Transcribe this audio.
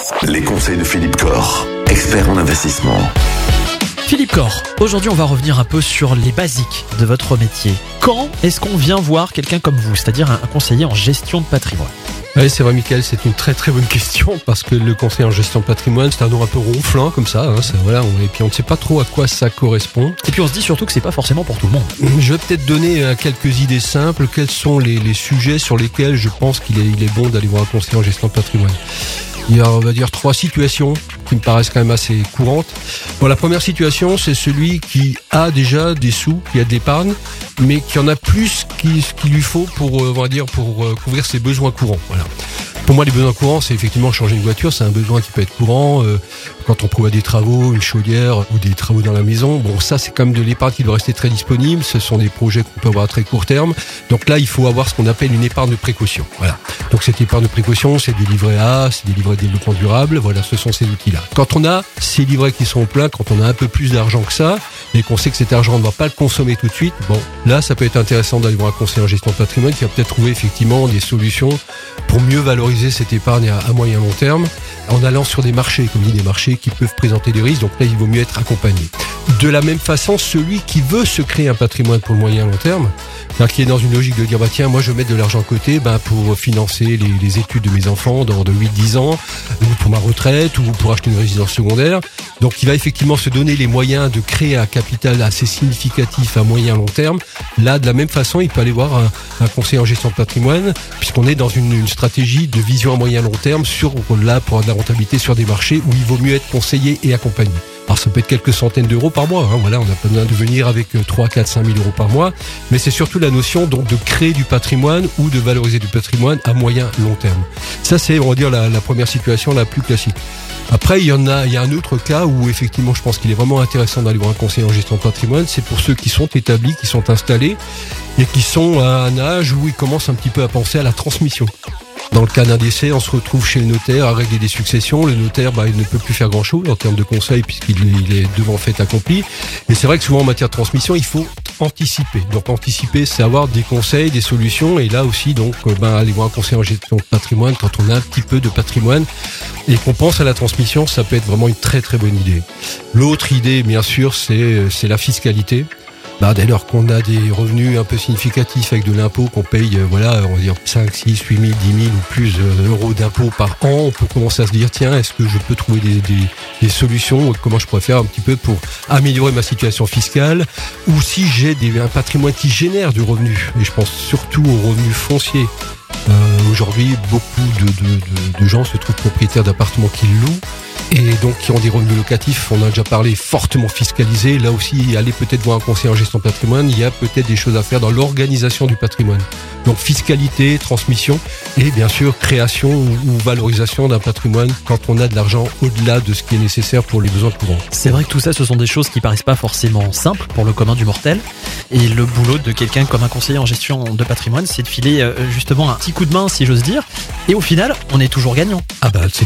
Les conseils de Philippe Corr, expert en investissement. Philippe Corr, aujourd'hui on va revenir un peu sur les basiques de votre métier. Quand est-ce qu'on vient voir quelqu'un comme vous, c'est-à-dire un conseiller en gestion de patrimoine ? Oui, c'est vrai, Michael, c'est une très très bonne question parce que le conseiller en gestion de patrimoine, c'est un nom un peu ronflant comme ça, et puis on ne sait pas trop à quoi ça correspond. Et puis on se dit surtout que c'est pas forcément pour tout le monde. Je vais peut-être donner quelques idées simples. Quels sont les sujets sur lesquels je pense qu'il est bon d'aller voir un conseiller en gestion de patrimoine ? Il y a, on va dire, 3 situations qui me paraissent quand même assez courantes. Bon, la première situation, c'est celui qui a déjà des sous, qui a de l'épargne, mais qui en a plus qu'il lui faut pour couvrir ses besoins courants. Voilà. Pour moi, les besoins courants, c'est effectivement changer une voiture, c'est un besoin qui peut être courant. Quand on prévoit des travaux, une chaudière ou des travaux dans la maison, bon, ça, c'est quand même de l'épargne qui doit rester très disponible. Ce sont des projets qu'on peut avoir à très court terme. Donc là, il faut avoir ce qu'on appelle une épargne de précaution. Voilà. Donc cette épargne de précaution, c'est des livrets A, c'est des livrets de développement durable. Voilà, ce sont ces outils-là. Quand on a ces livrets qui sont au plein, quand on a un peu plus d'argent que ça, et qu'on sait que cet argent, on ne va pas le consommer tout de suite, bon, là, ça peut être intéressant d'aller voir un conseiller en gestion de patrimoine qui va peut-être trouver effectivement des solutions pour mieux valoriser cette épargne à moyen long terme, en allant sur des marchés, comme dit, des marchés qui peuvent présenter des risques. Donc là, il vaut mieux être accompagné. De la même façon, celui qui veut se créer un patrimoine pour le moyen long terme, qui est dans une logique de dire, tiens, moi je vais mettre de l'argent de côté pour financer les études de mes enfants dans de 8-10 ans, ou pour ma retraite, ou pour acheter une résidence secondaire. Donc il va effectivement se donner les moyens de créer un capital assez significatif à moyen long terme. Là, de la même façon, il peut aller voir un conseiller en gestion de patrimoine, puisqu'on est dans une stratégie de vision à moyen long terme pour avoir de la rentabilité sur des marchés où il vaut mieux être conseillé et accompagné. Alors ça peut être quelques centaines d'euros par mois, voilà, on n'a pas besoin de venir avec 3, 4, 5 000 euros par mois, mais c'est surtout la notion donc de créer du patrimoine ou de valoriser du patrimoine à moyen long terme. Ça c'est, on va dire, la première situation la plus classique. Après, il y a un autre cas où effectivement je pense qu'il est vraiment intéressant d'aller voir un conseiller en gestion de patrimoine, c'est pour ceux qui sont établis, qui sont installés et qui sont à un âge où ils commencent un petit peu à penser à la transmission. Dans le cas d'un décès, on se retrouve chez le notaire à régler des successions. Le notaire, il ne peut plus faire grand-chose en termes de conseils puisqu'il est devant fait accompli. Et c'est vrai que souvent en matière de transmission, il faut anticiper. Donc anticiper, c'est avoir des conseils, des solutions. Et là aussi, donc, aller voir un conseiller en gestion de patrimoine quand on a un petit peu de patrimoine et qu'on pense à la transmission, ça peut être vraiment une très très bonne idée. L'autre idée, bien sûr, c'est la fiscalité. Dès lors qu'on a des revenus un peu significatifs avec de l'impôt qu'on paye, on va dire 5, 6, 8 000, 10 000 ou plus euros d'impôts par an, on peut commencer à se dire, tiens, est-ce que je peux trouver des solutions, comment je pourrais faire un petit peu pour améliorer ma situation fiscale, ou si j'ai un patrimoine qui génère du revenu, et je pense surtout aux revenus fonciers. Aujourd'hui, beaucoup de gens se trouvent propriétaires d'appartements qu'ils louent, et donc qui ont des revenus locatifs, on en a déjà parlé, fortement fiscalisés. Là aussi, aller peut-être voir un conseiller en gestion de patrimoine, il y a peut-être des choses à faire dans l'organisation du patrimoine. Donc fiscalité, transmission et bien sûr création ou valorisation d'un patrimoine quand on a de l'argent au-delà de ce qui est nécessaire pour les besoins courants. C'est vrai que tout ça, ce sont des choses qui paraissent pas forcément simples pour le commun du mortel. Et le boulot de quelqu'un comme un conseiller en gestion de patrimoine, c'est de filer justement un petit coup de main, si j'ose dire. Et au final, on est toujours gagnant. C'est